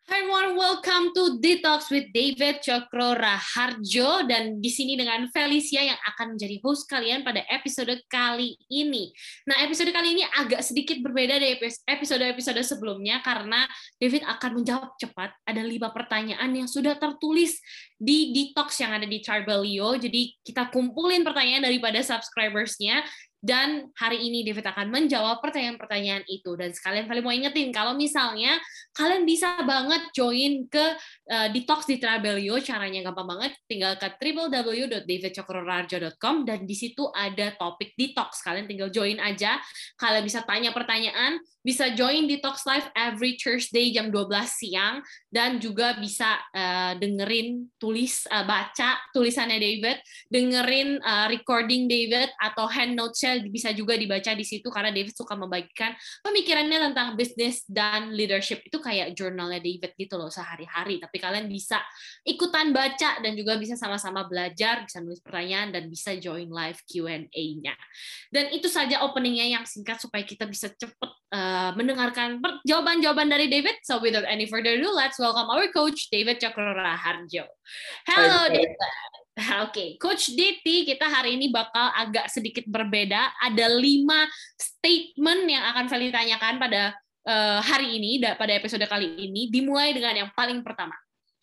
Hi everyone, welcome to Detox with David Cokro Raharjo, dan di sini dengan Felicia yang akan menjadi host kalian pada episode kali ini. Nah, episode kali ini agak sedikit berbeda dari episode-episode sebelumnya karena David akan menjawab cepat. Ada 5 pertanyaan yang sudah tertulis di Detox yang ada di Tribelio. Jadi kita kumpulin pertanyaan daripada subscribers-nya. Dan hari ini David akan menjawab pertanyaan-pertanyaan itu. Dan sekalian kalian mau ingetin, kalau misalnya kalian bisa banget join ke Detox di Tribelio. Caranya gampang banget, tinggal ke www.davidcokrorarjo.com dan di situ ada topik Detox. Kalian tinggal join aja. Kalian bisa tanya pertanyaan, bisa join Detox Live every Thursday jam 12 siang, dan juga bisa dengerin baca tulisannya David, dengerin recording David atau hand notes-nya bisa juga dibaca di situ karena David suka membagikan pemikirannya tentang bisnis dan leadership. Itu kayak jurnalnya David gitu loh sehari-hari, tapi kalian bisa ikutan baca dan juga bisa sama-sama belajar, bisa nulis pertanyaan dan bisa join live Q&A-nya. Dan itu saja openingnya yang singkat supaya kita bisa cepet mendengarkan jawaban-jawaban dari David. So without any further ado, let's welcome our coach David Cokro Raharjo. Hello David. Oke, Coach Diti, kita hari ini bakal agak sedikit berbeda. Ada 5 statement yang akan Feli tanyakan pada hari ini, pada episode kali ini. Dimulai dengan yang paling pertama.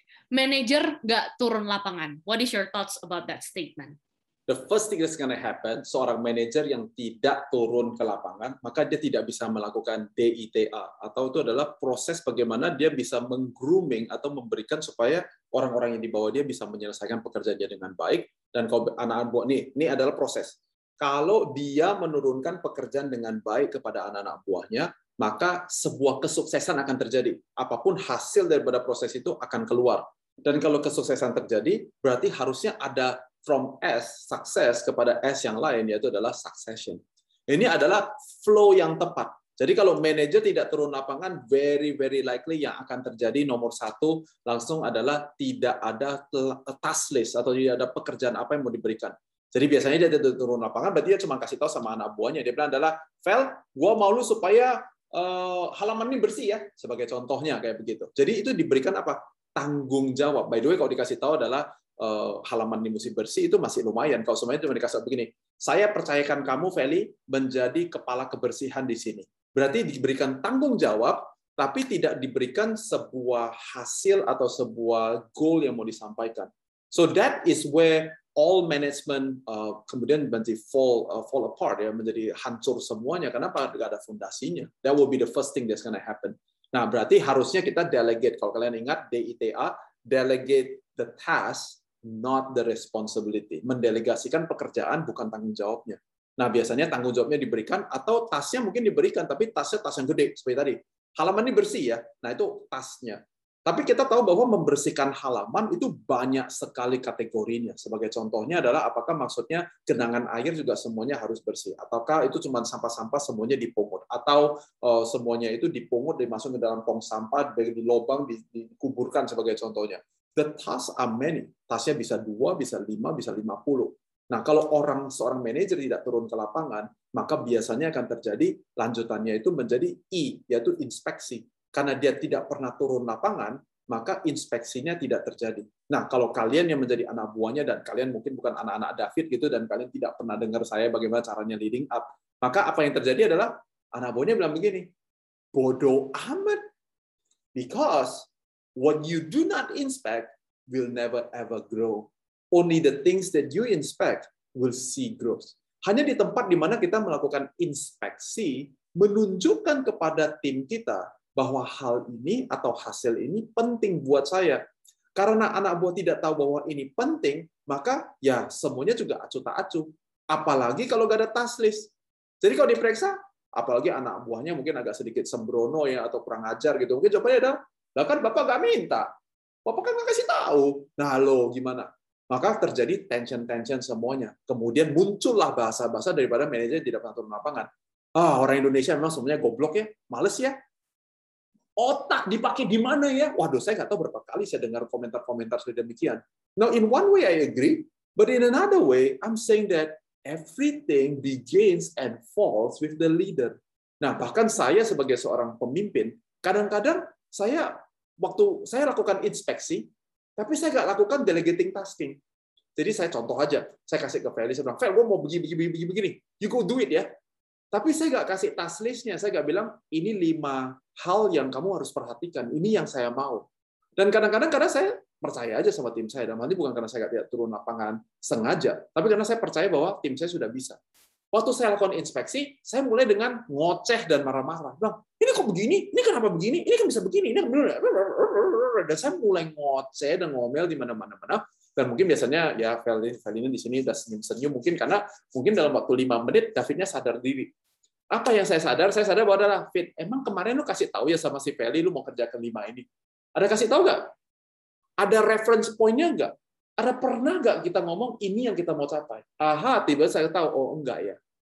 Manager nggak turun lapangan. What is your thoughts about that statement? The first thing that's going to happen, seorang manajer yang tidak turun ke lapangan, maka dia tidak bisa melakukan DITA, atau itu adalah proses bagaimana dia bisa meng-grooming atau memberikan supaya orang-orang yang di bawah dia bisa menyelesaikan pekerjaannya dengan baik. Dan kalau anak-anak buah, ini adalah proses. Kalau dia menurunkan pekerjaan dengan baik kepada anak-anak buahnya, maka sebuah kesuksesan akan terjadi. Apapun hasil daripada proses itu akan keluar. Dan kalau kesuksesan terjadi, berarti harusnya ada from S, sukses, kepada S yang lain, yaitu adalah succession. Ini adalah flow yang tepat. Jadi kalau manajer tidak turun lapangan, very, very likely yang akan terjadi nomor 1, langsung adalah tidak ada task list, atau tidak ada pekerjaan apa yang mau diberikan. Jadi biasanya dia tidak turun lapangan, berarti dia cuma kasih tahu sama anak buahnya. Dia bilang adalah, Vel, gua mau lu supaya halaman ini bersih ya, sebagai contohnya kayak begitu. Jadi itu diberikan apa? Tanggung jawab. By the way, kalau dikasih tahu adalah halaman ini mesti bersih, itu masih lumayan. Kalau semuanya cuma dikasih begini, saya percayakan kamu, Feli, menjadi kepala kebersihan di sini. Berarti diberikan tanggung jawab, tapi tidak diberikan sebuah hasil atau sebuah goal yang mau disampaikan. So that is where all management kemudian menjadi fall apart, ya, menjadi hancur semuanya. Kenapa? Tidak ada fondasinya. That will be the first thing that's gonna happen. Nah, berarti harusnya kita delegate. Kalau kalian ingat DITA, delegate the task, not the responsibility. Mendelegasikan pekerjaan bukan tanggung jawabnya. Nah, biasanya tanggung jawabnya diberikan atau tasnya mungkin diberikan, tapi tasnya tas yang gede seperti tadi. Halaman ini bersih ya. Nah, itu tasnya. Tapi kita tahu bahwa membersihkan halaman itu banyak sekali kategorinya. Sebagai contohnya adalah apakah maksudnya genangan air juga semuanya harus bersih, ataukah itu cuma sampah-sampah semuanya dipungut, atau semuanya itu dipungut dimasukkan ke dalam tong sampah, di lubang dikuburkan sebagai contohnya. The tasks are many. Tasnya bisa 2, bisa 5, bisa 50. Nah, kalau seorang manajer tidak turun ke lapangan, maka biasanya akan terjadi lanjutannya itu menjadi I, yaitu inspeksi. Karena dia tidak pernah turun lapangan, maka inspeksinya tidak terjadi. Nah, kalau kalian yang menjadi anak buahnya, dan kalian mungkin bukan anak-anak David gitu, dan kalian tidak pernah dengar saya bagaimana caranya leading up, maka apa yang terjadi adalah anak buahnya bilang begini, bodoh amat, because what you do not inspect will never ever grow. Only the things that you inspect will see growth. Hanya di tempat di mana kita melakukan inspeksi, menunjukkan kepada tim kita bahwa hal ini atau hasil ini penting buat saya. Karena anak buah tidak tahu bahwa ini penting, maka ya semuanya juga acuh tak acuh. Apalagi kalau nggak ada task list. Jadi kalau diperiksa, apalagi anak buahnya mungkin agak sedikit sembrono ya, atau kurang ajar gitu. Mungkin jawabannya adalah, lah kan Bapak nggak minta. Bapak kan nggak kasih tahu. Nah, lo gimana? Maka terjadi tension-tension semuanya. Kemudian muncullah bahasa-bahasa daripada manajer tidak pernah turun lapangan. Orang Indonesia memang semuanya goblok ya, males ya. Otak dipakai di mana ya? Waduh, saya nggak tahu berapa kali saya dengar komentar-komentar seperti demikian. Now, in one way I agree, but in another way, I'm saying that everything begins and falls with the leader. Nah, bahkan saya sebagai seorang pemimpin, kadang-kadang saya waktu saya lakukan inspeksi, tapi saya nggak lakukan delegating tasking. Jadi saya contoh aja, saya kasih ke Feli, saya bilang, Fel, gue mau begini, you go do it ya. Tapi saya nggak kasih task list-nya, saya nggak bilang, ini 5 hal yang kamu harus perhatikan, ini yang saya mau. Dan kadang-kadang karena saya percaya aja sama tim saya, dan nanti bukan karena saya nggak turun lapangan sengaja, tapi karena saya percaya bahwa tim saya sudah bisa. Waktu saya lakukan inspeksi, saya mulai dengan ngoceh dan marah-marah. Bilang, ini kok begini? Ini kenapa begini? Ini kan bisa begini? Ini dan saya mulai ngoceh dan ngomel di mana-mana. Dan mungkin biasanya ya Feli ini di sini udah senyum-senyum mungkin karena mungkin dalam waktu 5 menit Davidnya sadar diri. Apa yang saya sadar? Saya sadar bahwa adalah Fit, emang kemarin lu kasih tahu ya sama si Feli lu mau kerja ke 5 ini. Ada kasih tahu nggak? Ada reference point-nya nggak? Ada pernah nggak kita ngomong ini yang kita mau capai? Aha, tiba-tiba saya tahu, oh enggak ya.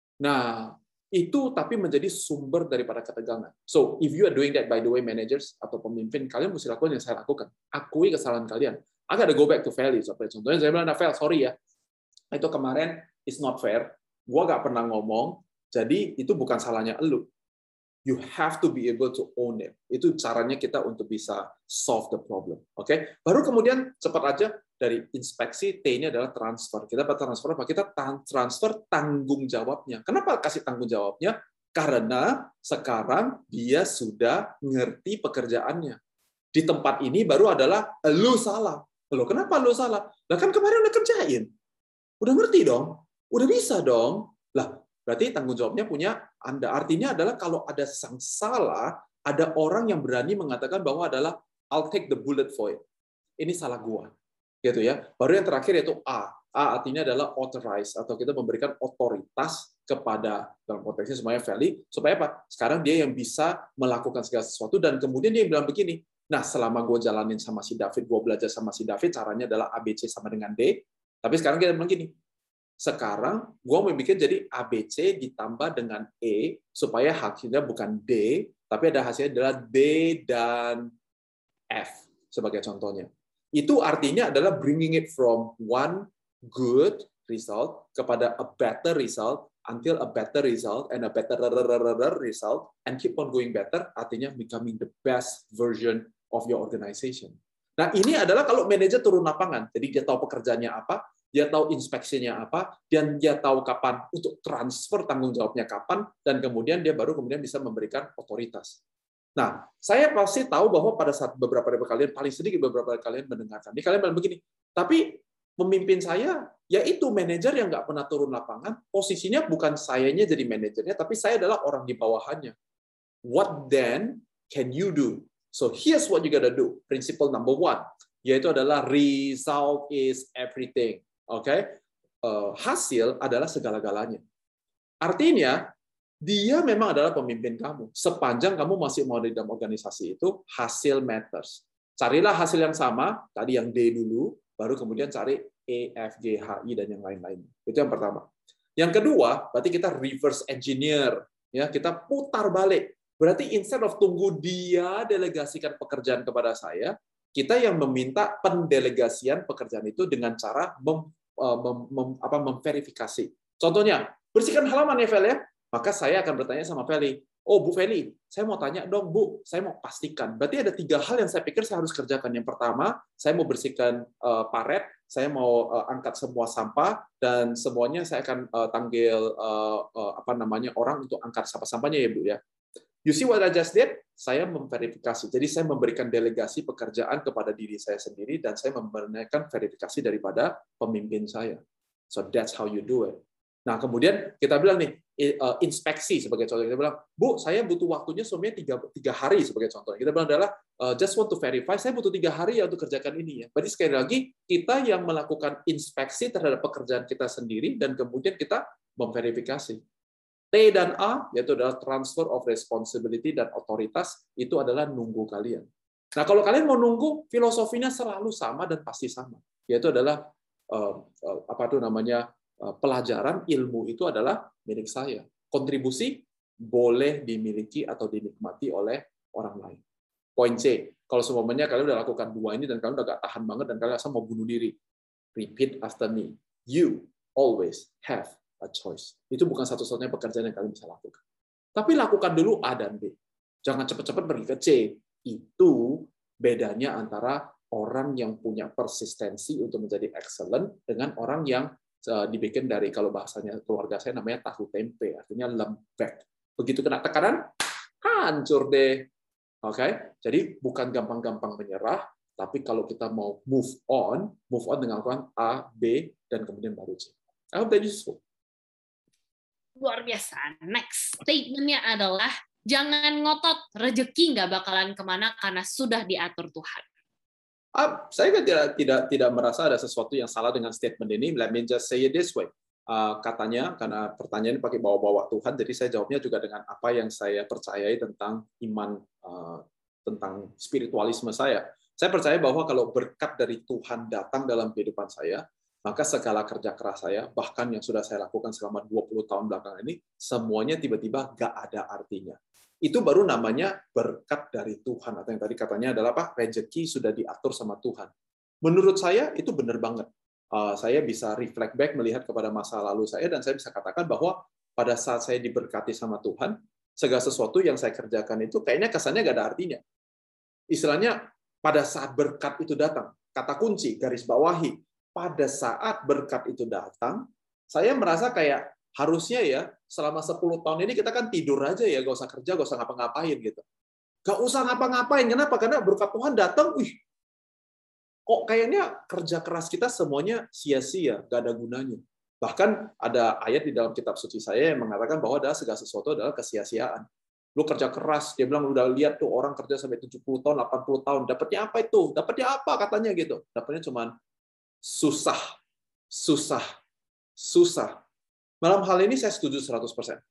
Nah, itu tapi menjadi sumber daripada ketegangan. So, if you are doing that, by the way, managers atau pemimpin, kalian mesti lakukan yang saya lakukan. Akui kesalahan kalian. I gotta go back to values. Contohnya saya bilang, Fel, sorry ya, itu kemarin is not fair. Gua nggak pernah ngomong, jadi itu bukan salahnya elu. You have to be able to own it. Itu caranya kita untuk bisa solve the problem. Oke? Baru kemudian cepat aja dari inspeksi, T-nya adalah transfer. Kita transfer apa? Kita transfer tanggung jawabnya. Kenapa kasih tanggung jawabnya? Karena sekarang dia sudah ngerti pekerjaannya. Di tempat ini baru adalah lu salah. Loh, kenapa lu salah? Lah kan kemarin udah kerjain. Udah ngerti dong? Udah bisa dong? Lah, berarti tanggung jawabnya punya Anda. Artinya adalah kalau ada sang salah, ada orang yang berani mengatakan bahwa adalah I'll take the bullet for it. Ini salah gua. Gitu ya. Baru yang terakhir yaitu A. A artinya adalah authorize atau kita memberikan otoritas kepada dalam konteksnya semuanya Feli supaya apa? Sekarang dia yang bisa melakukan segala sesuatu dan kemudian dia bilang begini. Nah, selama gue jalanin sama si David, gue belajar sama si David, caranya adalah ABC sama dengan D. Tapi sekarang kita bilang gini, sekarang gue mau bikin jadi ABC ditambah dengan E, supaya hasilnya bukan D, tapi ada hasilnya adalah D dan F, sebagai contohnya. Itu artinya adalah bringing it from one good result kepada a better result, until a better result, and a better result, and keep on going better, artinya becoming the best version of your organization. Nah, ini adalah kalau manajer turun lapangan. Jadi dia tahu pekerjaannya apa, dia tahu inspeksinya apa, dan dia tahu kapan untuk transfer tanggung jawabnya kapan, dan kemudian dia baru kemudian bisa memberikan otoritas. Nah, saya pasti tahu bahwa pada saat beberapa dari kalian, paling sedikit beberapa dari kalian mendengarkan, ini kalian bilang begini, tapi pemimpin saya, yaitu manajer yang nggak pernah turun lapangan, posisinya bukan sayanya jadi manajernya, tapi saya adalah orang di bawahannya. What then can you do? So here's what you gotta do. Principle number 1, yaitu adalah result is everything. Oke? Hasil adalah segala-galanya. Artinya, dia memang adalah pemimpin kamu. Sepanjang kamu masih mau di dalam organisasi itu, hasil matters. Carilah hasil yang sama, tadi yang D dulu, baru kemudian cari E, F, G, H, I, dan yang lain-lain. Itu yang pertama. Yang kedua, berarti kita reverse engineer. Ya, kita putar balik. Berarti instead of tunggu dia delegasikan pekerjaan kepada saya, kita yang meminta pendelegasian pekerjaan itu dengan cara memverifikasi. Contohnya, bersihkan halaman ya, Fel ya. Maka saya akan bertanya sama Feli, oh Bu Feli, saya mau tanya dong Bu, saya mau pastikan. Berarti ada 3 hal yang saya pikir saya harus kerjakan. Yang pertama, saya mau bersihkan paret, saya mau angkat semua sampah, dan semuanya saya akan panggil orang untuk angkat sampah-sampahnya ya Bu ya. You see what I just did? Saya memverifikasi. Jadi saya memberikan delegasi pekerjaan kepada diri saya sendiri dan saya memberikan verifikasi daripada pemimpin saya. So that's how you do it. Nah, kemudian kita bilang nih, inspeksi sebagai contoh. Kita bilang, Bu, saya butuh waktunya semuanya 3 hari sebagai contoh. Kita bilang adalah, just want to verify, saya butuh 3 hari ya untuk kerjakan ini ya. Berarti sekali lagi, kita yang melakukan inspeksi terhadap pekerjaan kita sendiri dan kemudian kita memverifikasi. T dan A, yaitu adalah transfer of responsibility dan otoritas, itu adalah nunggu kalian. Nah, kalau kalian mau nunggu, filosofinya selalu sama dan pasti sama. Yaitu adalah, pelajaran ilmu itu adalah milik saya. Kontribusi boleh dimiliki atau dinikmati oleh orang lain. Poin C, kalau semuanya kalian udah lakukan 2 ini dan kalian udah gak tahan banget dan kalian asal mau bunuh diri, repeat after me. You always have a choice. Itu bukan satu-satunya pekerjaan yang kalian bisa lakukan. Tapi lakukan dulu A dan B. Jangan cepat-cepat pergi ke C. Itu bedanya antara orang yang punya persistensi untuk menjadi excellent dengan orang yang dibikin dari, kalau bahasanya keluarga saya namanya tahu tempe, artinya lembek. Begitu kena tekanan, hancur deh. Oke, jadi bukan gampang-gampang menyerah, tapi kalau kita mau move on dengan melakukan A, B, dan kemudian baru C. I hope that useful. Luar biasa. Next statement-nya adalah, jangan ngotot, rezeki nggak bakalan kemana karena sudah diatur Tuhan. Saya tidak merasa ada sesuatu yang salah dengan statement ini. Let me just say it this way. Katanya, karena pertanyaan pakai bawa-bawa Tuhan, jadi saya jawabnya juga dengan apa yang saya percayai tentang iman, tentang spiritualisme saya. Saya percaya bahwa kalau berkat dari Tuhan datang dalam kehidupan saya, maka segala kerja keras saya, bahkan yang sudah saya lakukan selama 20 tahun belakangan ini, semuanya tiba-tiba nggak ada artinya. Itu baru namanya berkat dari Tuhan, atau yang tadi katanya adalah apa? Rezeki sudah diatur sama Tuhan. Menurut saya itu benar banget. Saya bisa reflect back, melihat kepada masa lalu saya, dan saya bisa katakan bahwa pada saat saya diberkati sama Tuhan, segala sesuatu yang saya kerjakan itu kayaknya kesannya nggak ada artinya. Istilahnya, pada saat berkat itu datang, kata kunci, garis bawahi, pada saat berkat itu datang, saya merasa kayak harusnya ya, selama 10 tahun ini kita kan tidur aja ya, gak usah kerja, gak usah ngapa-ngapain gitu. Gak usah ngapa-ngapain, kenapa? Karena berkat Tuhan datang, kok kayaknya kerja keras kita semuanya sia-sia, gak ada gunanya. Bahkan ada ayat di dalam kitab suci saya yang mengatakan bahwa segala sesuatu adalah kesia-siaan. Lu kerja keras, dia bilang udah lihat tuh orang kerja sampai 70 tahun, 80 tahun, dapatnya apa itu? Dapatnya apa katanya gitu? Dapatnya cuman susah. Dalam hal ini saya setuju 100%.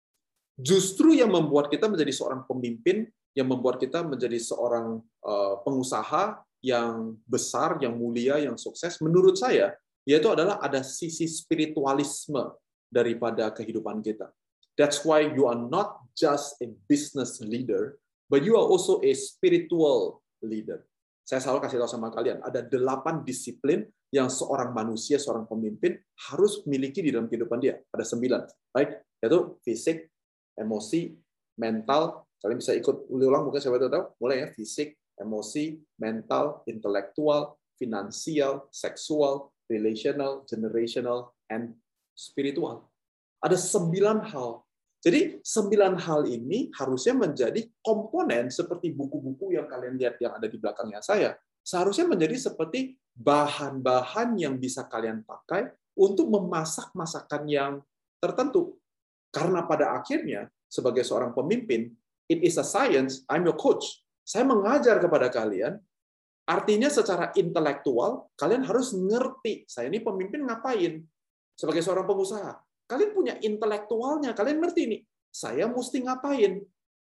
Justru yang membuat kita menjadi seorang pemimpin, yang membuat kita menjadi seorang pengusaha yang besar, yang mulia, yang sukses, menurut saya, yaitu adalah ada sisi spiritualisme daripada kehidupan kita. That's why you are not just a business leader, but you are also a spiritual leader. Saya selalu kasih tahu sama kalian, ada 8 disiplin yang seorang manusia, seorang pemimpin harus miliki di dalam kehidupan dia. Ada 9, right? Yaitu fisik, emosi, mental. Kalian bisa ikut ulang, mungkin saya tahu. Mulai ya, fisik, emosi, mental, intelektual, finansial, seksual, relational, generational, and spiritual. Ada 9 hal. Jadi 9 hal ini harusnya menjadi komponen seperti buku-buku yang kalian lihat yang ada di belakangnya saya. Seharusnya menjadi seperti bahan-bahan yang bisa kalian pakai untuk memasak masakan yang tertentu. Karena pada akhirnya, sebagai seorang pemimpin, it is a science, I'm your coach. Saya mengajar kepada kalian, artinya secara intelektual, kalian harus ngerti, saya ini pemimpin ngapain. Sebagai seorang pengusaha, kalian punya intelektualnya, kalian ngerti nih, saya mesti ngapain.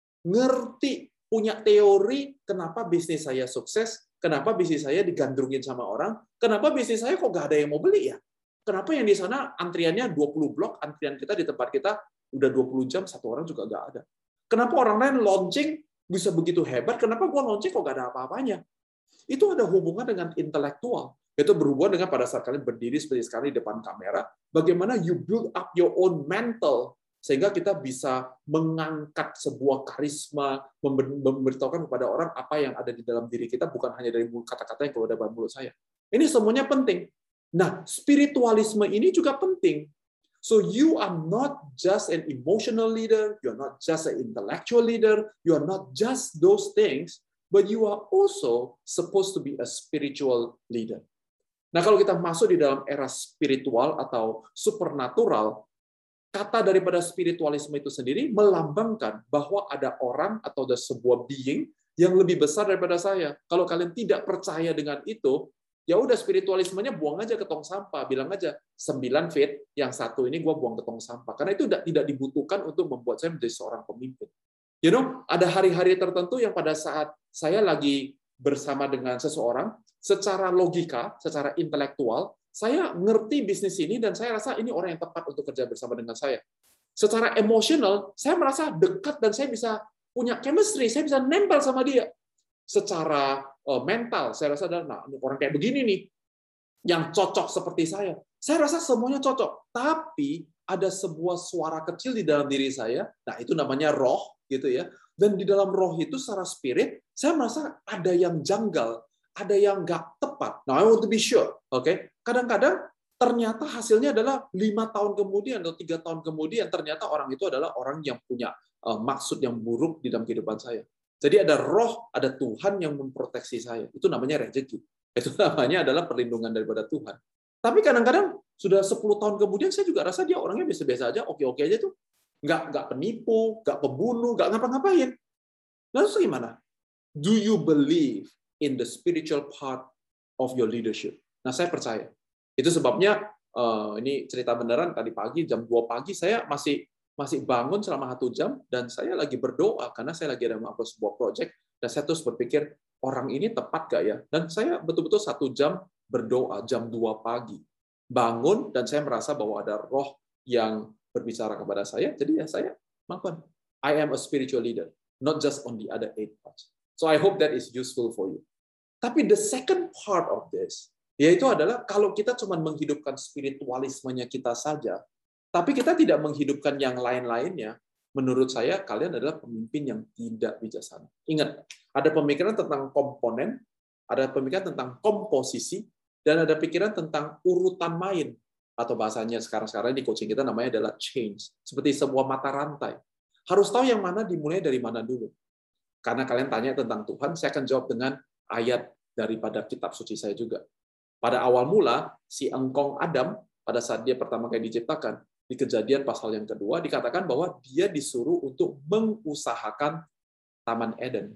Ngerti, punya teori kenapa bisnis saya sukses, kenapa bisnis saya digandrungin sama orang, kenapa bisnis saya kok nggak ada yang mau beli ya? Kenapa yang di sana antriannya 20 blok, antrian kita di tempat kita udah 20 jam, 1 orang juga nggak ada. Kenapa orang lain launching bisa begitu hebat, kenapa gua launching kok nggak ada apa-apanya? Itu ada hubungan dengan intelektual. Itu berhubungan dengan pada saat kalian berdiri seperti sekarang di depan kamera, bagaimana you build up your own mental, sehingga kita bisa mengangkat sebuah karisma, memberitahukan kepada orang apa yang ada di dalam diri kita, bukan hanya dari kata-kata yang keluar dari mulut saya. Ini semuanya penting. Nah, spiritualisme ini juga penting. So you are not just an emotional leader, you are not just an intellectual leader, you are not just those things, but you are also supposed to be a spiritual leader. Nah, kalau kita masuk di dalam era spiritual atau supernatural, kata daripada spiritualisme itu sendiri melambangkan bahwa ada orang atau ada sebuah being yang lebih besar daripada saya. Kalau kalian tidak percaya dengan itu, ya udah spiritualismenya buang aja ke tong sampah. Bilang aja 9 feet, yang 1 ini gua buang ke tong sampah. Karena itu tidak dibutuhkan untuk membuat saya menjadi seorang pemimpin. You know, ada hari-hari tertentu yang pada saat saya lagi bersama dengan seseorang, secara logika, secara intelektual, saya ngerti bisnis ini dan saya rasa ini orang yang tepat untuk kerja bersama dengan saya. Secara emosional, saya merasa dekat dan saya bisa punya chemistry, saya bisa nempel sama dia. Secara mental, saya rasa nah, orang kayak begini nih, yang cocok seperti saya. Saya rasa semuanya cocok. Tapi ada sebuah suara kecil di dalam diri saya, nah itu namanya roh, gitu ya. Dan di dalam roh itu secara spirit, saya merasa ada yang janggal, ada yang nggak tepat. Now I want to be sure, oke? Kadang-kadang ternyata hasilnya adalah 5 tahun kemudian atau 3 tahun kemudian ternyata orang itu adalah orang yang punya maksud yang buruk di dalam kehidupan saya. Jadi ada roh, ada Tuhan yang memproteksi saya. Itu namanya rezeki. Itu namanya adalah perlindungan daripada Tuhan. Tapi kadang-kadang sudah 10 tahun kemudian saya juga rasa dia orangnya biasa-biasa aja, oke-oke aja tuh. Nggak penipu, nggak pembunuh, nggak ngapa-ngapain. Lalu gimana? Do you believe in the spiritual part of your leadership? Nah, saya percaya. Itu sebabnya, ini cerita beneran, tadi pagi, jam 2 pagi, saya masih bangun selama 1 jam, dan saya lagi berdoa, karena saya lagi ada melakukan sebuah project, dan saya terus berpikir, orang ini tepat nggak ya? Dan saya betul-betul 1 jam berdoa, jam 2 pagi. Bangun, dan saya merasa bahwa ada roh yang berbicara kepada saya, jadi ya saya melakukan. I am a spiritual leader, not just on the other 8 parts. So I hope that is useful for you. Tapi the second part of this, yaitu adalah kalau kita cuma menghidupkan spiritualismenya kita saja, tapi kita tidak menghidupkan yang lain-lainnya, menurut saya kalian adalah pemimpin yang tidak bijaksana. Ingat, ada pemikiran tentang komponen, ada pemikiran tentang komposisi, dan ada pikiran tentang urutan main. Atau bahasanya sekarang di coaching kita namanya adalah change. Seperti sebuah mata rantai. Harus tahu yang mana dimulai dari mana dulu. Karena kalian tanya tentang Tuhan, saya akan jawab dengan ayat daripada kitab suci saya juga. Pada awal mula, si engkong Adam, pada saat dia pertama kali diciptakan, di Kejadian pasal yang kedua, dikatakan bahwa dia disuruh untuk mengusahakan Taman Eden.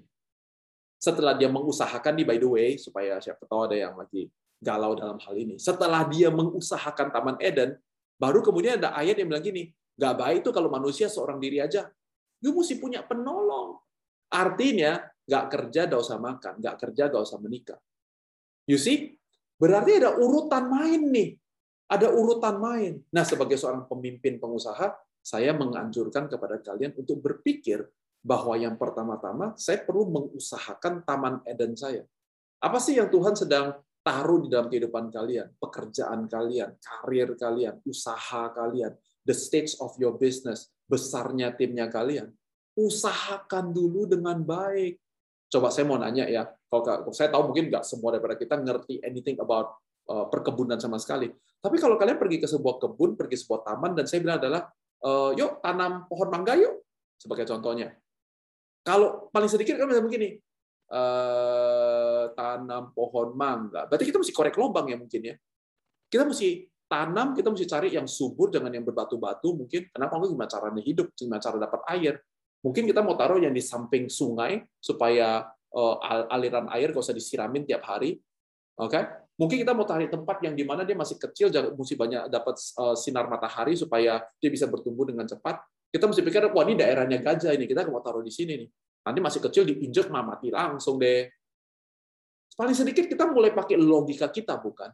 Setelah dia mengusahakan, by the way, supaya siapa tahu ada yang lagi galau dalam hal ini. Setelah dia mengusahakan Taman Eden, baru kemudian ada ayat yang bilang gini, nggak baik itu kalau manusia seorang diri aja. You mesti punya penolong. Artinya, nggak kerja, nggak usah makan. Nggak kerja, nggak usah menikah. You see? Berarti ada urutan main nih. Ada urutan main. Nah, sebagai seorang pemimpin pengusaha, saya menganjurkan kepada kalian untuk berpikir bahwa yang pertama-tama, saya perlu mengusahakan Taman Eden saya. Apa sih yang Tuhan sedang taruh di dalam kehidupan kalian, pekerjaan kalian, karir kalian, usaha kalian, the stage of your business, besarnya timnya kalian. Usahakan dulu dengan baik. Coba saya mau nanya ya, kalau saya tahu mungkin nggak semua daripada kita ngerti anything about perkebunan sama sekali. Tapi kalau kalian pergi ke sebuah kebun, pergi ke sebuah taman, dan saya bilang adalah, yuk tanam pohon mangga yuk, sebagai contohnya. Kalau paling sedikit kan bisa begini, tanam pohon mangga. Berarti kita mesti korek lubang ya mungkin ya. Kita mesti tanam, kita mesti cari yang subur dengan yang berbatu-batu mungkin. Kenapa enggak, gimana caranya hidup, gimana cara dapat air. Mungkin kita mau taruh yang di samping sungai supaya aliran air nggak usah disiramin tiap hari. Oke? Mungkin kita mau cari tempat yang di mana dia masih kecil, mesti banyak dapat sinar matahari supaya dia bisa bertumbuh dengan cepat. Kita mesti pikir, wah ini daerahnya gajah ini, kita mau taruh di sini nih. Nanti masih kecil diinjek mati langsung deh. Paling sedikit kita mulai pakai logika kita, bukan?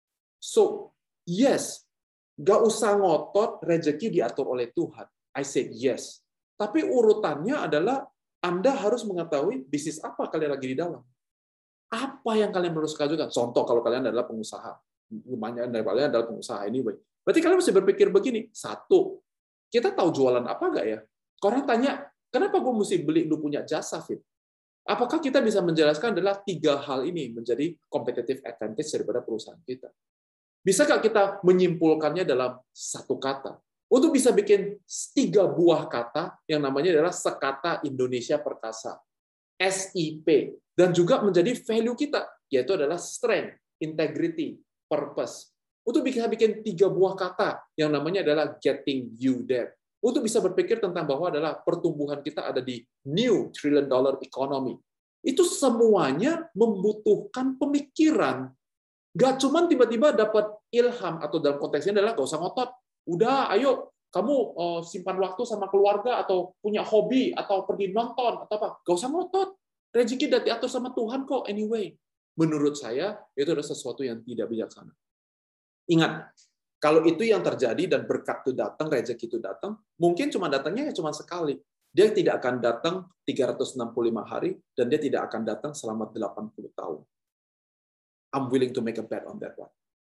So, yes, nggak usah ngotot rezeki diatur oleh Tuhan. I said yes. Tapi urutannya adalah Anda harus mengetahui bisnis apa kalian lagi di dalam. Apa yang kalian harus kerjakan? Contoh kalau kalian adalah pengusaha. Lumayan dari kalian adalah pengusaha anyway. Berarti kalian mesti berpikir begini. Satu, kita tahu jualan apa nggak ya? Orang tanya, kenapa gue mesti beli lu punya jasa, Fit? Apakah kita bisa menjelaskan adalah 3 hal ini menjadi competitive advantage daripada perusahaan kita? Bisakah kita menyimpulkannya dalam 1 kata? Untuk bisa bikin 3 buah kata yang namanya adalah sekata Indonesia Perkasa. SIP. Dan juga menjadi value kita, yaitu adalah strength, integrity, purpose. Untuk bisa bikin 3 buah kata yang namanya adalah getting you there. Untuk bisa berpikir tentang bahwa adalah pertumbuhan kita ada di new $1 trillion economy. Itu semuanya membutuhkan pemikiran. Nggak cuma tiba-tiba dapat ilham, atau dalam konteksnya adalah nggak usah ngotot. Udah, ayo, kamu simpan waktu sama keluarga, atau punya hobi, atau pergi nonton, atau apa. Nggak usah ngotot. Rezeki udah diatur sama Tuhan kok anyway. Menurut saya, itu adalah sesuatu yang tidak bijaksana. Ingat, kalau itu yang terjadi dan berkat itu datang, rezeki itu datang, mungkin cuma datangnya ya cuma sekali. Dia tidak akan datang 365 hari, dan dia tidak akan datang selama 80 tahun. I'm willing to make a bet on that one.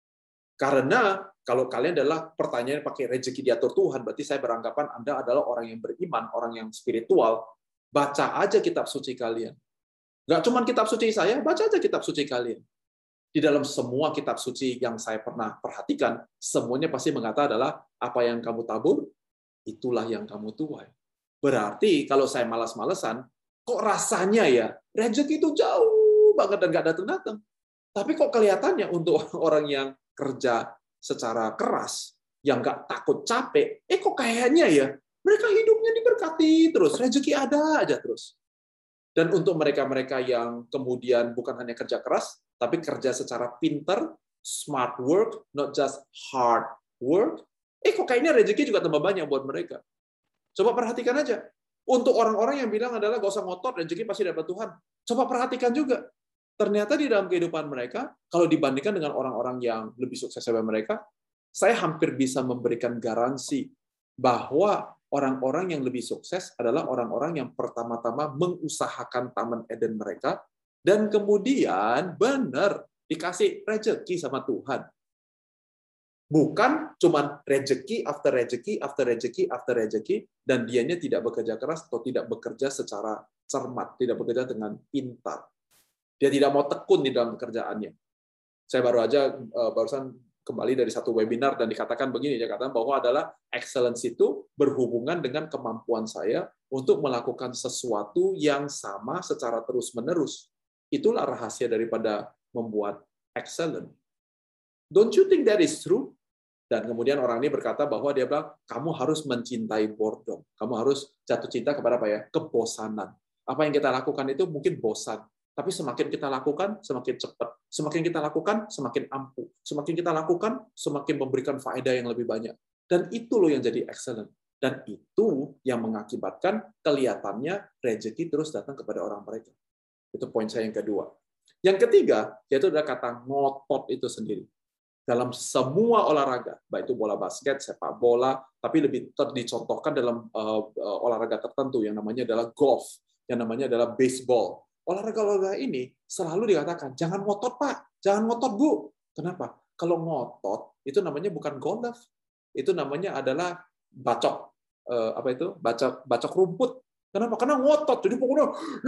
Karena kalau kalian adalah pertanyaan pakai rezeki diatur Tuhan, berarti saya beranggapan Anda adalah orang yang beriman, orang yang spiritual. Baca aja kitab suci kalian. Nggak cuma kitab suci saya, baca aja kitab suci kalian. Di dalam semua kitab suci yang saya pernah perhatikan, semuanya pasti mengatakan adalah apa yang kamu tabur, itulah yang kamu tuai. Berarti kalau saya malas-malesan, kok rasanya ya rezeki itu jauh banget dan nggak datang-datang. Tapi kok kelihatannya untuk orang yang kerja secara keras, yang nggak takut capek, kok kayaknya ya mereka hidupnya diberkati terus, rezeki ada aja terus. Dan untuk mereka-mereka yang kemudian bukan hanya kerja keras, tapi kerja secara pintar, smart work, not just hard work, kok kayaknya rezeki juga tambah banyak buat mereka. Coba perhatikan aja. Untuk orang-orang yang bilang adalah gak usah ngotot, rezeki pasti dapat Tuhan. Coba perhatikan juga. Ternyata di dalam kehidupan mereka, kalau dibandingkan dengan orang-orang yang lebih sukses dari mereka, saya hampir bisa memberikan garansi bahwa orang-orang yang lebih sukses adalah orang-orang yang pertama-tama mengusahakan Taman Eden mereka, dan kemudian benar dikasih rezeki sama Tuhan. Bukan cuman rezeki after rezeki after rezeki after rezeki, dan dianya tidak bekerja keras atau tidak bekerja secara cermat, tidak bekerja dengan pintar. Dia tidak mau tekun di dalam pekerjaannya. Saya barusan kembali dari satu webinar dan dikatakan begini, dia katakan bahwa adalah excellence itu berhubungan dengan kemampuan saya untuk melakukan sesuatu yang sama secara terus-menerus. Itulah rahasia daripada membuat excellent. Don't you think that is true? Dan kemudian orang ini berkata bahwa dia bilang, kamu harus mencintai boredom. Kamu harus jatuh cinta kepada apa ya? Kebosanan. Apa yang kita lakukan itu mungkin bosan. Tapi semakin kita lakukan, semakin cepat. Semakin kita lakukan, semakin ampuh. Semakin kita lakukan, semakin memberikan faedah yang lebih banyak. Dan itu loh yang jadi excellent. Dan itu yang mengakibatkan kelihatannya rezeki terus datang kepada orang mereka. Itu poin saya yang kedua. Yang ketiga, yaitu adalah kata ngotot itu sendiri. Dalam semua olahraga, baik itu bola basket, sepak bola, tapi lebih dicontohkan dalam olahraga tertentu yang namanya adalah golf, yang namanya adalah baseball. Olahraga-olahraga ini selalu dikatakan, jangan ngotot Pak, jangan ngotot Bu. Kenapa? Kalau ngotot, itu namanya bukan golf. Itu namanya adalah bacok. Bacok rumput. Kenapa? Karena ngotot. Jadi pokoknya,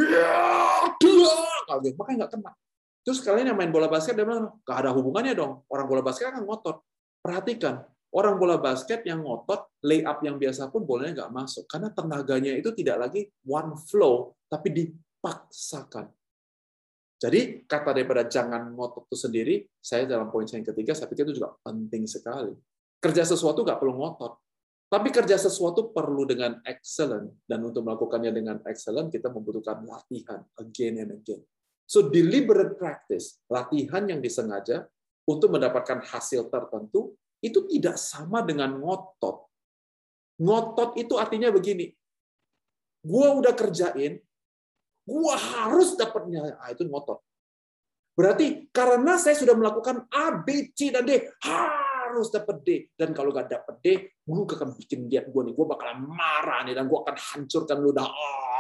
makanya nggak kena. Terus kalian yang main bola basket, dia bilang, nggak ada hubungannya dong. Orang bola basket kan ngotot. Perhatikan, orang bola basket yang ngotot, lay up yang biasa pun bolanya nggak masuk. Karena tenaganya itu tidak lagi one flow, tapi dipaksakan. Jadi kata daripada jangan ngotot itu sendiri, saya dalam poin saya yang ketiga, saya pikir itu juga penting sekali. Kerja sesuatu nggak perlu ngotot, tapi kerja sesuatu perlu dengan excellent, dan untuk melakukannya dengan excellent kita membutuhkan latihan again and again. So deliberate practice, latihan yang disengaja untuk mendapatkan hasil tertentu, itu tidak sama dengan ngotot. Ngotot itu artinya begini, gua udah kerjain, gua harus dapatnya, itu ngotot. Berarti karena saya sudah melakukan A, B, C, dan D, harus dapat D. Dan kalau nggak dapat D, gue akan bikin dia gue nih, gue bakalan marah nih, dan gue akan hancurkan lu dah.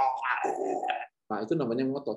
Nah, itu namanya ngotot.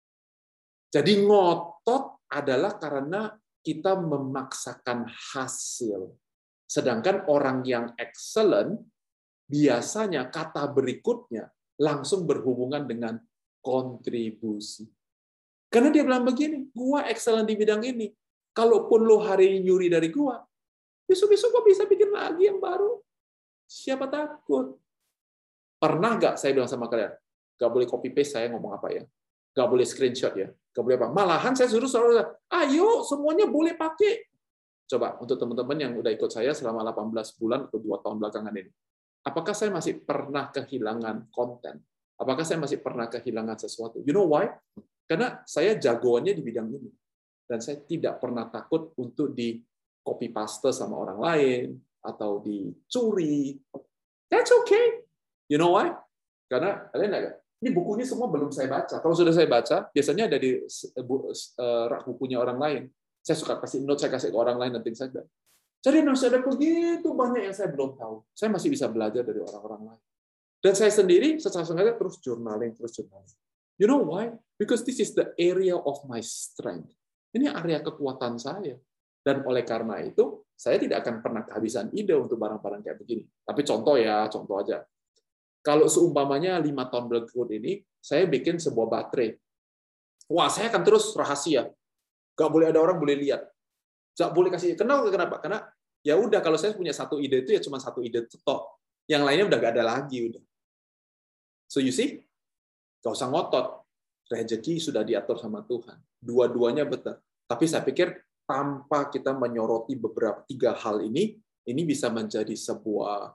Jadi ngotot adalah karena kita memaksakan hasil. Sedangkan orang yang excellent, biasanya kata berikutnya langsung berhubungan dengan kontribusi. Karena dia bilang begini, gua excellent di bidang ini. Kalaupun lu hari ini nyuri dari gua, besok-besok gua bisa bikin lagi yang baru. Siapa takut? Pernah nggak saya bilang sama kalian, nggak boleh copy paste saya ngomong apa ya? Nggak boleh screenshot ya? Nggak boleh apa? Malahan saya suruh selalu, ayo semuanya boleh pakai. Coba untuk teman-teman yang udah ikut saya selama 18 bulan atau 2 tahun belakangan ini. Apakah saya masih pernah kehilangan konten? Apakah saya masih pernah kehilangan sesuatu? You know why? Karena saya jagoannya di bidang ini. Dan saya tidak pernah takut untuk di copy paste sama orang lain, atau dicuri. That's okay. You know why? Karena kalian lihat, ini buku ini semua belum saya baca. Kalau sudah saya baca, biasanya ada di rak bukunya orang lain. Saya suka kasih note, saya kasih ke orang lain, dan things like that. Jadi masih ada begitu banyak yang saya belum tahu. Saya masih bisa belajar dari orang-orang lain. Dan saya sendiri secara sengaja terus journaling. You know why? Because this is the area of my strength. Ini area kekuatan saya. Dan oleh karena itu, saya tidak akan pernah kehabisan ide untuk barang-barang kayak begini. Tapi contoh aja. Kalau seumpamanya 5 tahun berikut ini, saya bikin sebuah baterai. Wah, saya akan terus rahasia. Nggak boleh ada orang boleh lihat. Nggak boleh kasih. Kenapa? Karena ya udah, kalau saya punya satu ide itu ya cuma satu ide tok. Yang lainnya udah nggak ada lagi. Udah. So you see, nggak usah ngotot. Rezeki sudah diatur sama Tuhan. Dua-duanya betul. Tapi saya pikir tanpa kita menyoroti beberapa 3 hal ini bisa menjadi sebuah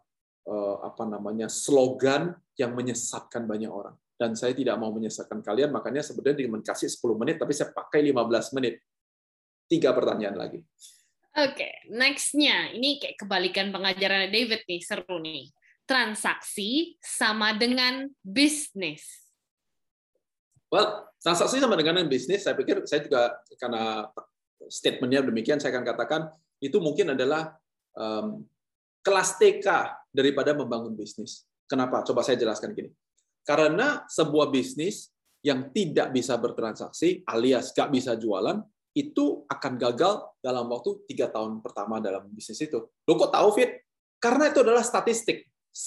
slogan yang menyesatkan banyak orang. Dan saya tidak mau menyesatkan kalian, makanya sebenarnya dengan kasih 10 menit, tapi saya pakai 15 menit. 3 pertanyaan lagi. Oke, next-nya. Ini kayak kebalikan pengajaran David nih, seru nih. Transaksi sama dengan bisnis. Well, transaksi sama dengan bisnis, saya pikir saya juga, karena statement-nya demikian, saya akan katakan, itu mungkin adalah kelas TK daripada membangun bisnis. Kenapa? Coba saya jelaskan gini. Karena sebuah bisnis yang tidak bisa bertransaksi, alias nggak bisa jualan, itu akan gagal dalam waktu 3 tahun pertama dalam bisnis itu. Lo kok tahu, Fit? Karena itu adalah statistik.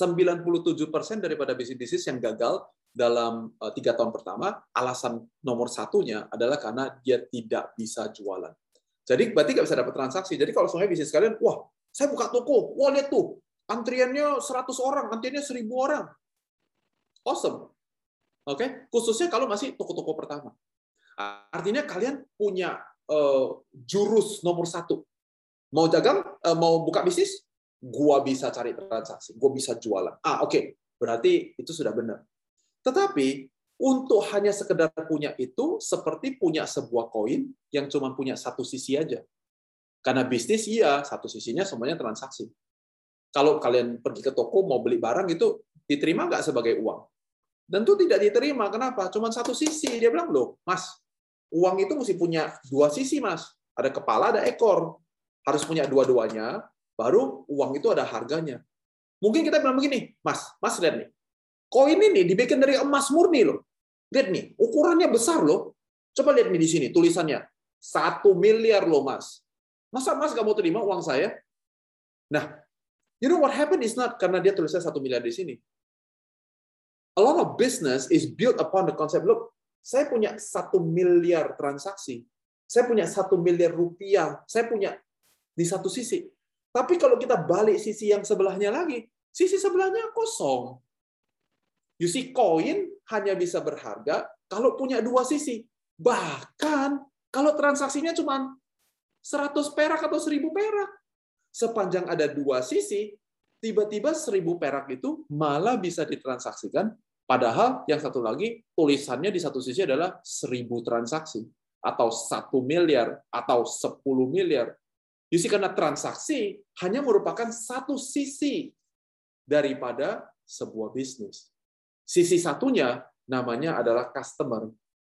97% daripada bisnis-bisnis yang gagal dalam 3 tahun pertama, alasan nomor satunya adalah karena dia tidak bisa jualan. Jadi berarti nggak bisa dapat transaksi. Jadi kalau semuanya bisnis kalian, wah, saya buka toko, wah lihat tuh, antriannya 100 orang, antriannya 1000 orang. Awesome. Oke, khususnya kalau masih toko-toko pertama. Artinya kalian punya jurus nomor 1. Mau dagang, mau buka bisnis, gua bisa cari transaksi, gua bisa jualan. Oke. Berarti itu sudah benar. Tetapi untuk hanya sekedar punya itu seperti punya sebuah koin yang cuma punya satu sisi aja. Karena bisnis iya, satu sisinya semuanya transaksi. Kalau kalian pergi ke toko mau beli barang itu diterima nggak sebagai uang? Dan itu tidak diterima. Kenapa? Cuma satu sisi. Dia bilang, loh, Mas, uang itu mesti punya 2 sisi, Mas. Ada kepala, ada ekor. Harus punya dua-duanya, baru uang itu ada harganya. Mungkin kita bilang begini, Mas lihat nih. Koin ini dibikin dari emas murni loh. Lihat nih, ukurannya besar loh. Coba lihat nih di sini tulisannya. 1 miliar loh, Mas. Masa Mas nggak mau terima uang saya? Nah, you know what happened is not karena dia tulisnya 1 miliar di sini. A lot of business is built upon the concept, look, saya punya 1 miliar transaksi. Saya punya 1 miliar rupiah. Saya punya di satu sisi. Tapi kalau kita balik sisi yang sebelahnya lagi, sisi sebelahnya kosong. You see, koin hanya bisa berharga kalau punya 2 sisi. Bahkan kalau transaksinya cuma 100 perak atau 1000 perak. Sepanjang ada 2 sisi, tiba-tiba 1000 perak itu malah bisa ditransaksikan, padahal yang satu lagi tulisannya di satu sisi adalah 1000 transaksi, atau 1 miliar, atau 10 miliar. Jadi karena transaksi hanya merupakan satu sisi daripada sebuah bisnis. Sisi satunya namanya adalah customer.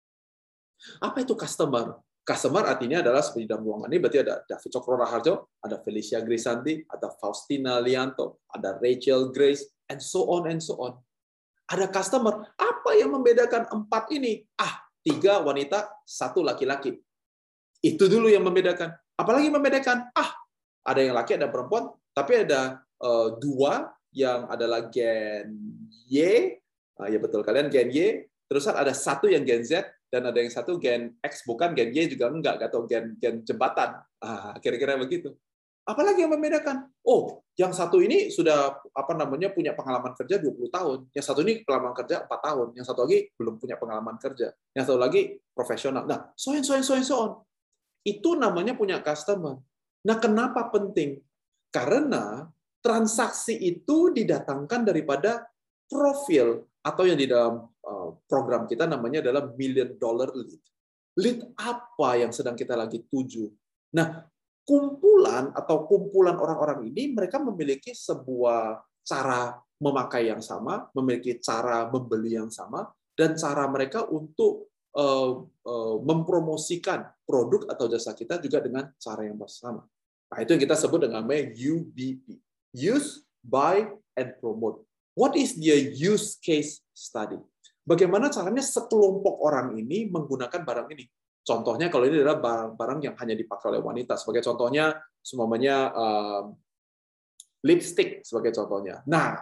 Apa itu customer? Customer artinya adalah seperti dalam ruangan ini berarti ada David Cokro Raharjo, ada Felicia Grisanti, ada Faustina Lianto, ada Rachel Grace, and so on and so on. Ada customer. Apa yang membedakan 4 ini? 3 wanita, 1 laki-laki. Itu dulu yang membedakan. Apalagi membedakan? Ada yang laki, ada perempuan, tapi ada 2 yang adalah gen Y. Ya betul, kalian gen Y. Terus ada 1 yang gen Z, dan ada yang 1 gen X, bukan gen Y juga enggak, atau gen jembatan. Kira-kira begitu. Apalagi yang membedakan? Yang 1 ini sudah punya pengalaman kerja 20 tahun. Yang 1 ini pengalaman kerja 4 tahun. Yang 1 lagi belum punya pengalaman kerja. Yang 1 lagi profesional. Nah, so on. Itu namanya punya customer. Nah, kenapa penting? Karena transaksi itu didatangkan daripada profil, atau yang di dalam program kita namanya adalah $1 million lead. Lead apa yang sedang kita lagi tuju? Nah, kumpulan orang-orang ini, mereka memiliki sebuah cara memakai yang sama, memiliki cara membeli yang sama, dan cara mereka untuk mempromosikan produk atau jasa kita juga dengan cara yang sama. Nah, itu yang kita sebut dengan namanya UBP. Use, Buy, and Promote. What is the use case study? Bagaimana caranya sekelompok orang ini menggunakan barang ini? Contohnya kalau ini adalah barang yang hanya dipakai oleh wanita. Sebagai contohnya, semuanya lipstick sebagai contohnya. Nah,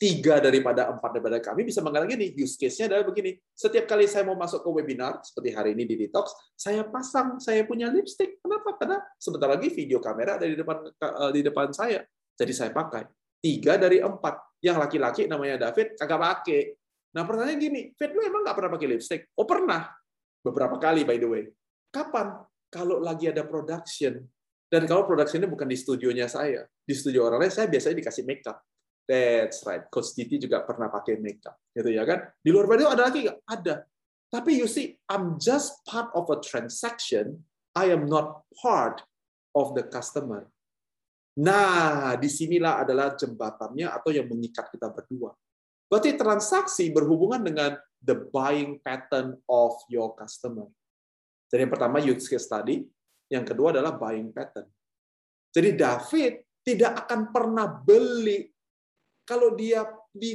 daripada 4 daripada kami bisa mengatakan gini, use case-nya adalah begini. Setiap kali saya mau masuk ke webinar, seperti hari ini di Detox, saya pasang, saya punya lipstick. Kenapa? Karena sebentar lagi video kamera ada di depan saya. Jadi saya pakai. 3 dari 4. Yang laki-laki namanya David, kagak pakai. Nah, pertanyaannya gini, Fit, lu emang nggak pernah pakai lipstick? Oh, pernah. Beberapa kali, by the way. Kapan? Kalau lagi ada production. Dan kalau production-nya bukan di studionya saya. Di studio orang lain, saya biasanya dikasih makeup. That's right. Coach Titi juga pernah pakai makeup, gitu ya kan? Di luar itu ada lagi nggak? Ada. Tapi you see, I'm just part of a transaction. I am not part of the customer. Nah, disinilah adalah jembatannya atau yang mengikat kita berdua. Berarti transaksi berhubungan dengan the buying pattern of your customer. Jadi yang pertama use case study, yang kedua adalah buying pattern. Jadi David tidak akan pernah beli kalau dia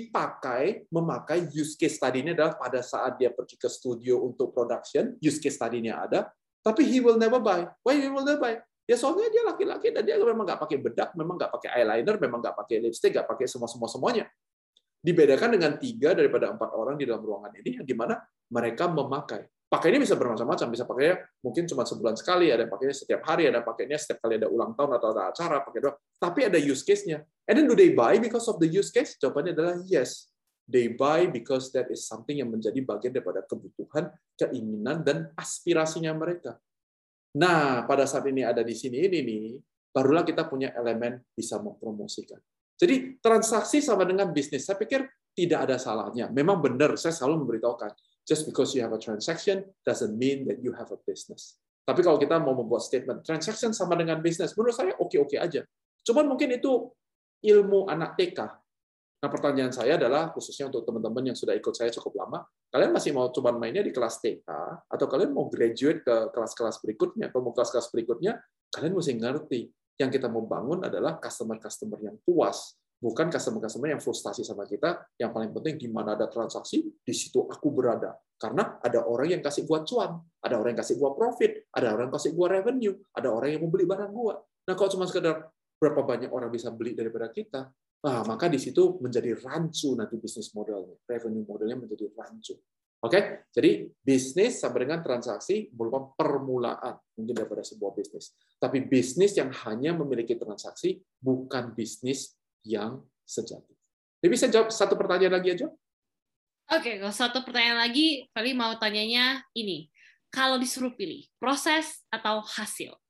memakai use case study-nya adalah pada saat dia pergi ke studio untuk production, use case study-nya ada, tapi he will never buy. Why he will never buy? Ya soalnya dia laki-laki dan dia memang nggak pakai bedak, memang nggak pakai eyeliner, memang nggak pakai lipstick, nggak pakai semuanya. Dibedakan dengan 3 daripada 4 orang di dalam ruangan ini, yang dimana mereka memakai. Pakainya bisa bermacam-macam, bisa pakainya mungkin cuma sebulan sekali, ada pakainya setiap hari, ada pakainya setiap kali ada ulang tahun atau ada acara, pakai doang. Tapi ada use case-nya. And then do they buy because of the use case? Jawabannya adalah yes. They buy because that is something yang menjadi bagian daripada kebutuhan, keinginan, dan aspirasinya mereka. Nah, pada saat ini ada di sini ini nih, barulah kita punya elemen bisa mempromosikan. Jadi transaksi sama dengan bisnis. Saya pikir tidak ada salahnya. Memang benar, saya selalu memberitahukan. Just because you have a transaction doesn't mean that you have a business. Tapi kalau kita mau membuat statement, transaction sama dengan bisnis, menurut saya oke-oke aja. Cuman mungkin itu ilmu anak TK. Nah, pertanyaan saya adalah, khususnya untuk teman-teman yang sudah ikut saya cukup lama, kalian masih mau cuma mainnya di kelas TK, atau kalian mau graduate ke kelas-kelas berikutnya, atau mau kelas-kelas berikutnya, kalian mesti ngerti. Yang kita mau bangun adalah customer-customer yang puas, bukan customer-customer yang frustasi sama kita. Yang paling penting, di mana ada transaksi, di situ aku berada. Karena ada orang yang kasih gua cuan, ada orang yang kasih gua profit, ada orang yang kasih gua revenue, ada orang yang mau beli barang gua. Nah, kalau cuma sekedar berapa banyak orang bisa beli daripada kita, nah, maka di situ menjadi rancu nanti bisnis modelnya, revenue modelnya menjadi rancu. Oke, jadi bisnis sama dengan transaksi merupakan permulaan mungkin daripada sebuah bisnis. Tapi bisnis yang hanya memiliki transaksi bukan bisnis yang sejati. Jadi bisa jawab satu pertanyaan lagi aja? Oke, kalau satu pertanyaan lagi, kali mau tanyanya ini. Kalau disuruh pilih, proses atau hasil?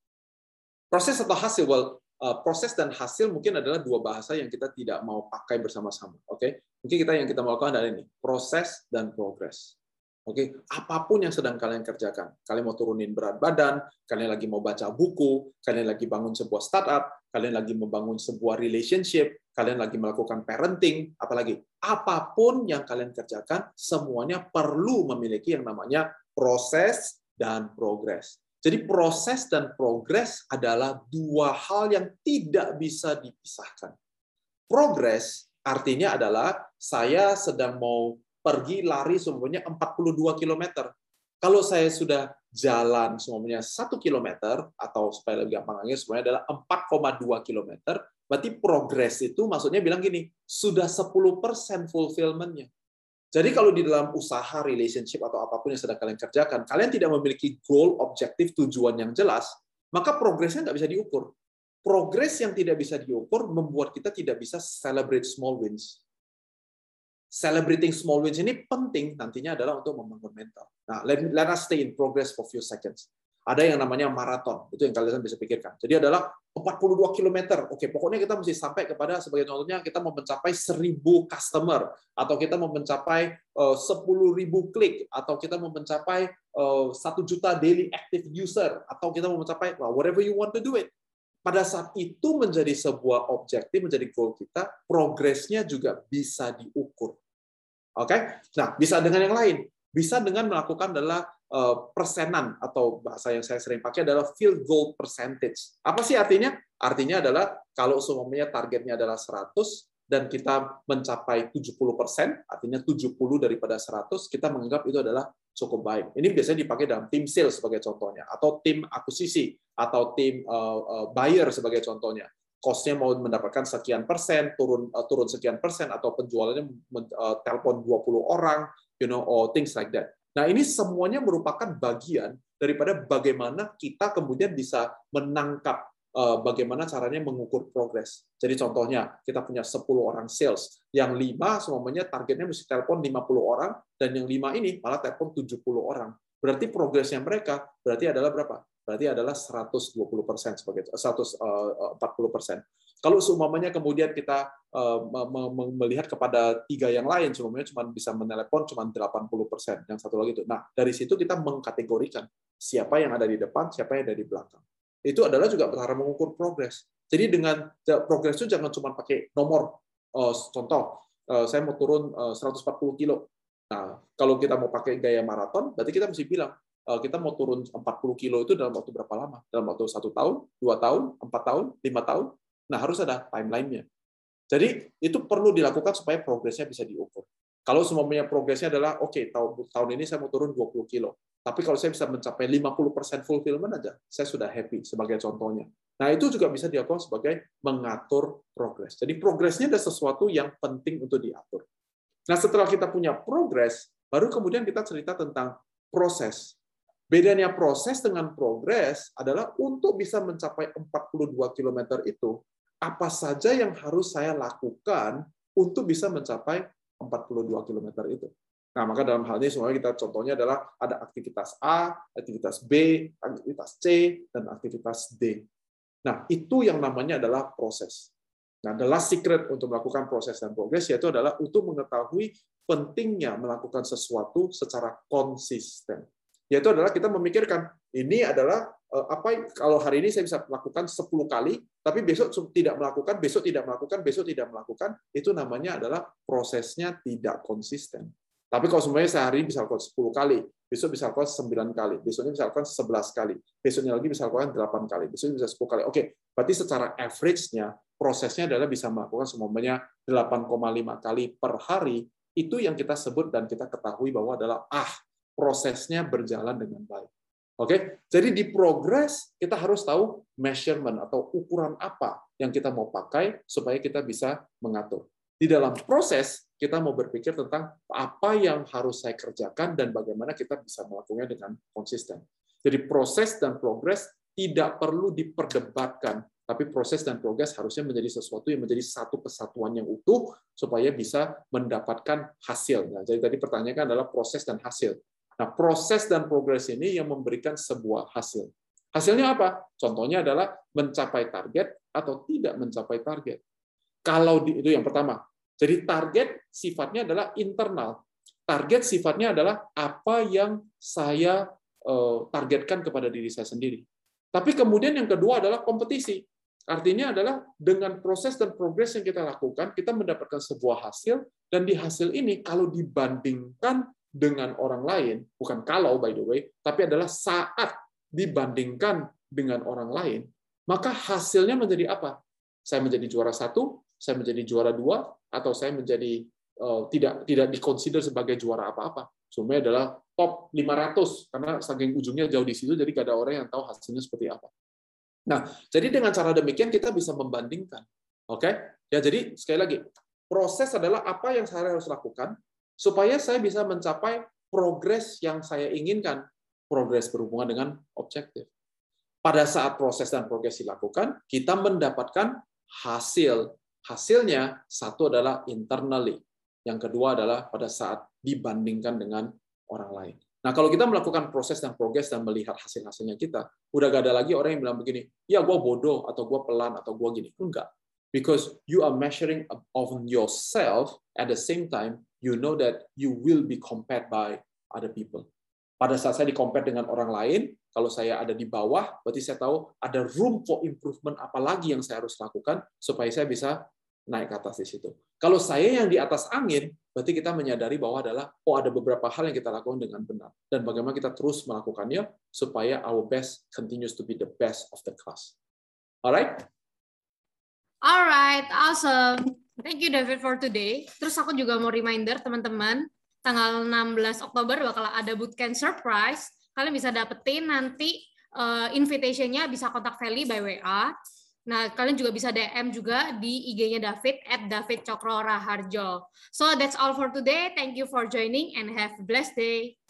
Proses atau hasil? Well, proses dan hasil mungkin adalah dua bahasa yang kita tidak mau pakai bersama-sama. Oke, mungkin yang kita mau lakukan adalah ini, proses dan progres. Oke, apapun yang sedang kalian kerjakan, kalian mau turunin berat badan, kalian lagi mau baca buku, kalian lagi bangun sebuah startup, kalian lagi membangun sebuah relationship, kalian lagi melakukan parenting, apalagi apapun yang kalian kerjakan, semuanya perlu memiliki yang namanya proses dan progres. Jadi proses dan progres adalah dua hal yang tidak bisa dipisahkan. Progres artinya adalah saya sedang mau pergi lari semuanya 42 km. Kalau saya sudah jalan semuanya 1 km, atau supaya lebih gampangnya semuanya adalah 4,2 km, berarti progres itu maksudnya bilang gini, sudah 10% fulfillment-nya. Jadi kalau di dalam usaha, relationship, atau apapun yang sedang kalian kerjakan, kalian tidak memiliki goal, objektif, tujuan yang jelas, maka progresnya nggak bisa diukur. Progres yang tidak bisa diukur membuat kita tidak bisa celebrate small wins. Celebrating small wins ini penting nantinya adalah untuk membangun mental. Nah, let us stay in progress for few seconds. Ada yang namanya maraton, itu yang kalian bisa pikirkan. Jadi adalah 42 km. Oke, pokoknya kita mesti sampai kepada, sebagai contohnya, kita mau mencapai 1000 customer, atau kita mau mencapai 10.000 klik, atau kita mau mencapai 1 juta daily active user, atau kita mau mencapai whatever you want to do it. Pada saat itu menjadi sebuah objektif, menjadi goal kita, progresnya juga bisa diukur. Oke? Nah, bisa dengan yang lain. Bisa dengan melakukan adalah persenan, atau bahasa yang saya sering pakai adalah field goal percentage. Apa sih artinya? Artinya adalah kalau semuanya targetnya adalah 100 dan kita mencapai 70%, artinya 70 daripada 100, kita menganggap itu adalah cukup baik. Ini biasanya dipakai dalam tim sales sebagai contohnya, atau tim akuisisi, atau tim buyer sebagai contohnya. cost-nya mau mendapatkan sekian persen, turun sekian persen, atau penjualannya telepon 20 orang, or things like that. Nah, ini semuanya merupakan bagian daripada bagaimana kita kemudian bisa menangkap bagaimana caranya mengukur progres. Jadi contohnya, kita punya 10 orang sales, yang 5 semuanya targetnya mesti telepon 50 orang, dan yang 5 ini malah telepon 70 orang. Berarti progresnya mereka berarti adalah berapa? Berarti adalah 120% sebagai 140%. Kalau seumpamanya kemudian kita melihat kepada 3 yang lain, semuanya cuma bisa menelepon cuma 80%, yang satu lagi itu. Nah, dari situ kita mengkategorikan siapa yang ada di depan, siapa yang ada di belakang. Itu adalah juga cara mengukur progres. Jadi dengan progres itu jangan cuma pakai nomor. Contoh, saya mau turun 140 kilo. Nah, kalau kita mau pakai gaya maraton, berarti kita mesti bilang, kita mau turun 40 kilo itu dalam waktu berapa lama? Dalam waktu 1 tahun, 2 tahun, 4 tahun, 5 tahun? Nah, harus ada timeline-nya. Jadi, itu perlu dilakukan supaya progresnya bisa diukur. Kalau semuanya progresnya adalah, oke, tahun ini saya mau turun 20 kilo. Tapi kalau saya bisa mencapai 50% fulfillment aja, saya sudah happy, sebagai contohnya. Nah, itu juga bisa dilakukan sebagai mengatur progres. Jadi, progresnya ada sesuatu yang penting untuk diatur. Nah, setelah kita punya progres, baru kemudian kita cerita tentang proses. Bedanya proses dengan progres adalah untuk bisa mencapai 42 km itu, apa saja yang harus saya lakukan untuk bisa mencapai 42 km itu. Nah, maka dalam hal ini semuanya kita contohnya adalah ada aktivitas A, aktivitas B, aktivitas C, dan aktivitas D. Nah, itu yang namanya adalah proses. Nah, the last secret untuk melakukan proses dan progres yaitu adalah untuk mengetahui pentingnya melakukan sesuatu secara konsisten. Yaitu adalah kita memikirkan, ini adalah apa kalau hari ini saya bisa melakukan 10 kali, tapi besok tidak melakukan, besok tidak melakukan, besok tidak melakukan, itu namanya adalah prosesnya tidak konsisten. Tapi kalau semuanya sehari bisa lakukan 10 kali, besok bisa lakukan 9 kali, besoknya bisa lakukan 11 kali, besoknya lagi bisa lakukan 8 kali, besoknya bisa 10 kali. Oke, berarti secara average-nya, prosesnya adalah bisa melakukan semuanya 8,5 kali per hari, itu yang kita sebut dan kita ketahui bahwa adalah prosesnya berjalan dengan baik. Oke, jadi di progres kita harus tahu measurement atau ukuran apa yang kita mau pakai supaya kita bisa mengatur. Di dalam proses kita mau berpikir tentang apa yang harus saya kerjakan dan bagaimana kita bisa melakukannya dengan konsisten. Jadi proses dan progres tidak perlu diperdebatkan, tapi proses dan progres harusnya menjadi sesuatu yang menjadi satu kesatuan yang utuh supaya bisa mendapatkan hasil. Nah, jadi tadi pertanyaannya adalah proses dan hasil. Nah, proses dan progres ini yang memberikan sebuah hasil. Hasilnya apa? Contohnya adalah mencapai target atau tidak mencapai target. Kalau itu yang pertama. Jadi target sifatnya adalah internal. Target sifatnya adalah apa yang saya targetkan kepada diri saya sendiri. Tapi kemudian yang kedua adalah kompetisi. Artinya adalah dengan proses dan progres yang kita lakukan, kita mendapatkan sebuah hasil, dan di hasil ini kalau dibandingkan dengan orang lain, bukan kalau by the way, tapi adalah saat dibandingkan dengan orang lain, maka hasilnya menjadi apa? Saya menjadi juara 1, saya menjadi juara 2, atau saya menjadi tidak dikonsider sebagai juara apa-apa. Semuanya adalah top 500, karena saking ujungnya jauh di situ, jadi nggak ada orang yang tahu hasilnya seperti apa. Nah, jadi dengan cara demikian kita bisa membandingkan. Oke? Ya, jadi sekali lagi, proses adalah apa yang saya harus lakukan supaya saya bisa mencapai progres yang saya inginkan, progres berhubungan dengan objektif. Pada saat proses dan progres dilakukan, kita mendapatkan hasil. Hasilnya, satu adalah internally, yang kedua adalah pada saat dibandingkan dengan orang lain. Nah, kalau kita melakukan proses dan progres dan melihat hasil-hasilnya kita, udah gak ada lagi orang yang bilang begini, ya gue bodoh, atau gue pelan, atau gue gini. Enggak. Because you are measuring on yourself, at the same time, you know that you will be compared by other people. Pada saat saya di-compare dengan orang lain, kalau saya ada di bawah, berarti saya tahu ada room for improvement apa lagi yang saya harus lakukan supaya saya bisa naik ke atas di situ. Kalau saya yang di atas angin, berarti kita menyadari bahwa adalah ada beberapa hal yang kita lakukan dengan benar dan bagaimana kita terus melakukannya supaya our best continues to be the best of the class. Alright? Alright, awesome. Thank you David for today. Terus aku juga mau reminder teman-teman, tanggal 16 Oktober bakal ada bootcamp surprise. Kalian bisa dapetin nanti invitation-nya bisa kontak Feli by WA. Nah, kalian juga bisa DM juga di IG-nya David @davidcokroraharjo. So that's all for today. Thank you for joining and have a blessed day.